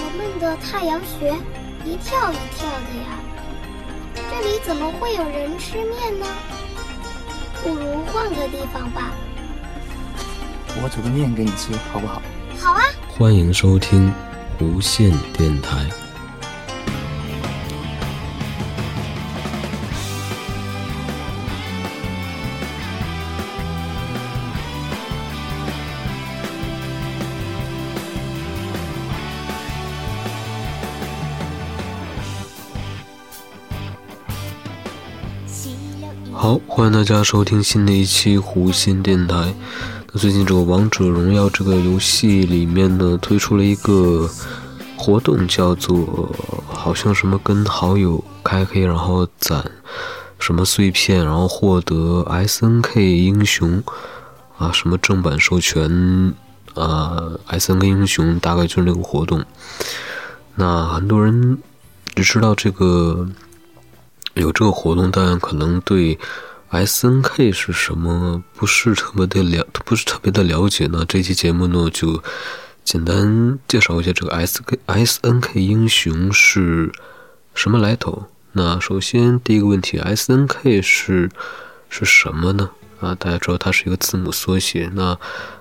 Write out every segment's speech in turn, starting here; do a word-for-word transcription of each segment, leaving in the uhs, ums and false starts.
闷的太阳穴一跳一跳的呀，这里怎么会有人吃面呢？不如换个地方吧。 我煮个面给你吃，好不好？ 好啊。 欢迎收听无线电台。好，欢迎大家收听新的一期无线电台。那最近这个王者荣耀这个游戏里面呢，推出了一个活动，叫做好像什么跟好友开黑，然后攒什么碎片，然后获得 S N K 英雄啊，什么正版授权啊 S N K 英雄，大概就是那个活动。那很多人只知道这个有这个活动，但可能对 S N K 是什么不是特别的了不是特别的了解呢。这期节目呢，就简单介绍一下这个 S N K 英雄是什么来头。那首先第一个问题， S N K 是是什么呢？啊，大家知道它是一个字母缩写。那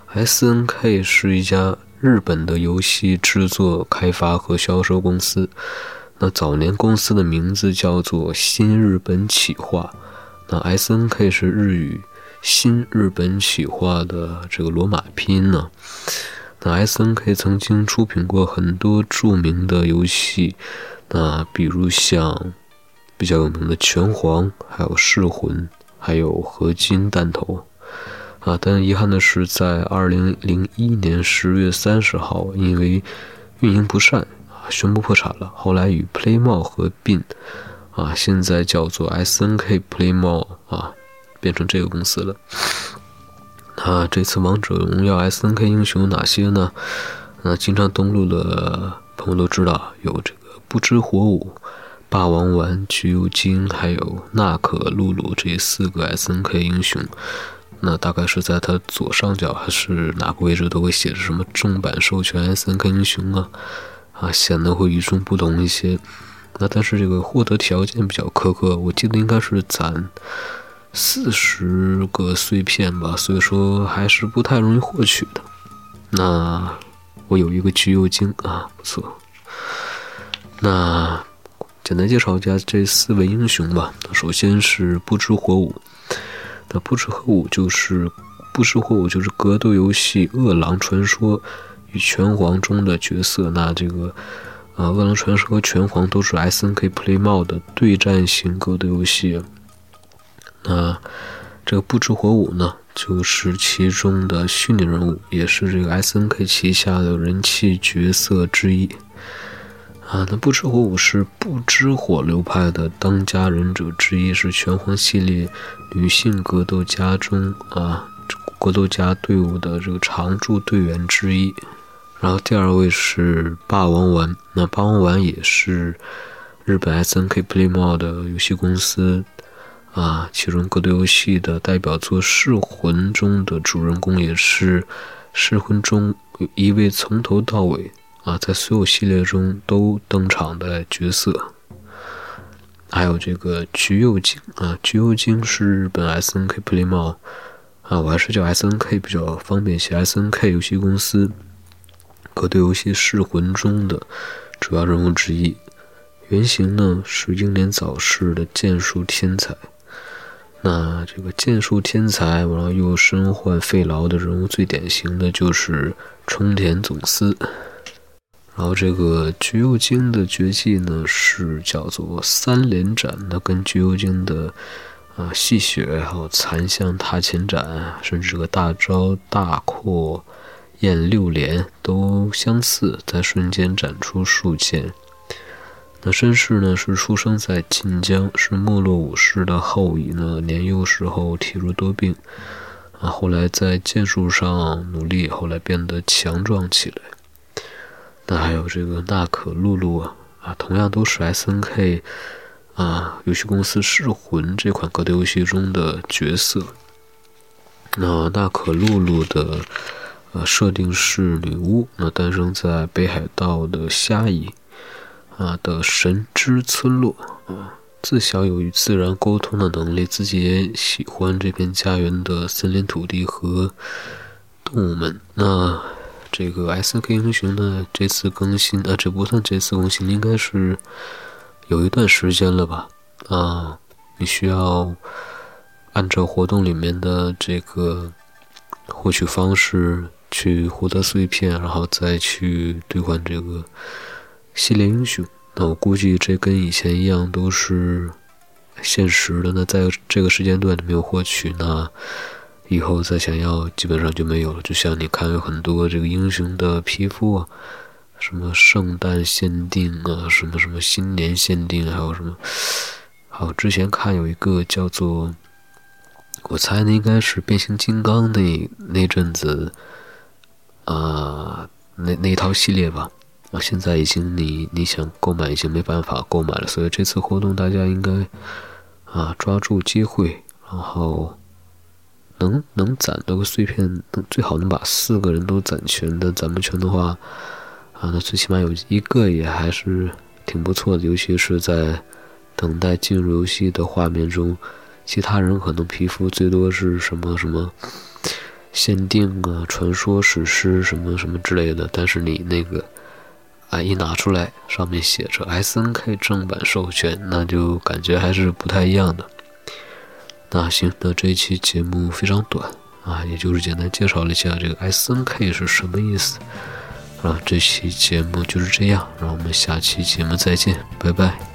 S N K 是一家日本的游戏制作、开发和销售公司。那早年公司的名字叫做新日本企划。那 S N K 是日语新日本企划的这个罗马拼音呢。那 S N K 曾经出品过很多著名的游戏，那比如像比较有名的拳皇，还有噬魂，还有合金弹头啊。但遗憾的是，在二零零一年十月三十号，因为运营不善宣布破产了，后来与 Playmall 合并啊，现在叫做 S N K Playmall 啊，变成这个公司了。那这次王者荣耀 S N K 英雄有哪些呢？那经常登录的朋友都知道，有这个不知火舞、霸王丸、橘右京，还有娜可、露露这四个 S N K 英雄。那大概是在它左上角还是哪个位置都会写着什么正版授权 S N K 英雄啊，啊，显得会与众不同一些。那但是这个获得条件比较苛刻，我记得应该是攒四十个碎片吧，所以说还是不太容易获取的。那我有一个橘右京啊，不错。那简单介绍一下这四位英雄吧。首先是不知火舞。那不知火舞就是不知火舞就是格斗游戏《饿狼传说》与拳皇中的角色。那这个呃，《饿狼传说》和拳皇都是 S N K Playmall 的对战型格斗游戏。那这个不知火舞呢，就是其中的虚拟人物，也是这个 S N K 旗下的人气角色之一。啊，那不知火舞是不知火流派的当家忍者之一，是拳皇系列女性格斗家中啊格斗家队伍的这个常驻队员之一。然后第二位是霸王丸，那霸王丸也是日本 S N K Playmall 的游戏公司啊，其中格斗游戏的代表作《噬魂》中的主人公，也是《噬魂》中有一位从头到尾啊，在所有系列中都登场的角色。还有这个橘右京啊，橘右京是日本 S N K Playmall 啊，我还是叫 S N K 比较方便些。S N K 游戏公司格斗游戏《噬魂》中的主要人物之一，原型呢是英年早逝的剑术天才。那这个剑术天才，然后又身患肺痨的人物，最典型的就是冲田总司。然后这个橘右京的绝技呢是叫做三连斩，那跟橘右京的啊戏谑还有残像踏前斩，甚至这个大招大阔焰六连都相似，在瞬间斩出数剑。那身世呢是出生在晋江，是没落武士的后裔呢，年幼时候体弱多病啊，后来在剑术上努力，后来变得强壮起来。那还有这个娜可露露啊，啊，同样都是 S N K 啊游戏公司《噬魂》这款格斗游戏中的角色。那娜可露露的呃，设定是女巫，那诞生在北海道的虾夷啊的神之村落啊，自小有与自然沟通的能力，自己也喜欢这片家园的森林、土地和动物们。那这个 S N K 英雄呢，这次更新啊，这不算这次更新，应该是有一段时间了吧？啊，你需要按照活动里面的这个获取方式去获得碎片，然后再去兑换这个系列英雄。那我估计这跟以前一样都是限时的，那在这个时间段没有获取，那以后再想要基本上就没有了。就像你看有很多这个英雄的皮肤啊，什么圣诞限定啊，什么什么新年限定，还有什么好，之前看有一个叫做，我猜那应该是变形金刚那那阵子啊、呃，那那一套系列吧。啊，现在已经你你想购买已经没办法购买了，所以这次活动大家应该啊抓住机会，然后能能攒到个碎片，最好能把四个人都攒全的，攒不全的话啊，那最起码有一个也还是挺不错的，尤其是在等待进入游戏的画面中，其他人可能皮肤最多是什么什么限定啊、传说史诗什么什么之类的，但是你那个啊，一拿出来，上面写着 S N K 正版授权，那就感觉还是不太一样的。那行，那这一期节目非常短啊，也就是简单介绍了一下这个 S N K 是什么意思啊。这期节目就是这样，让我们下期节目再见，拜拜。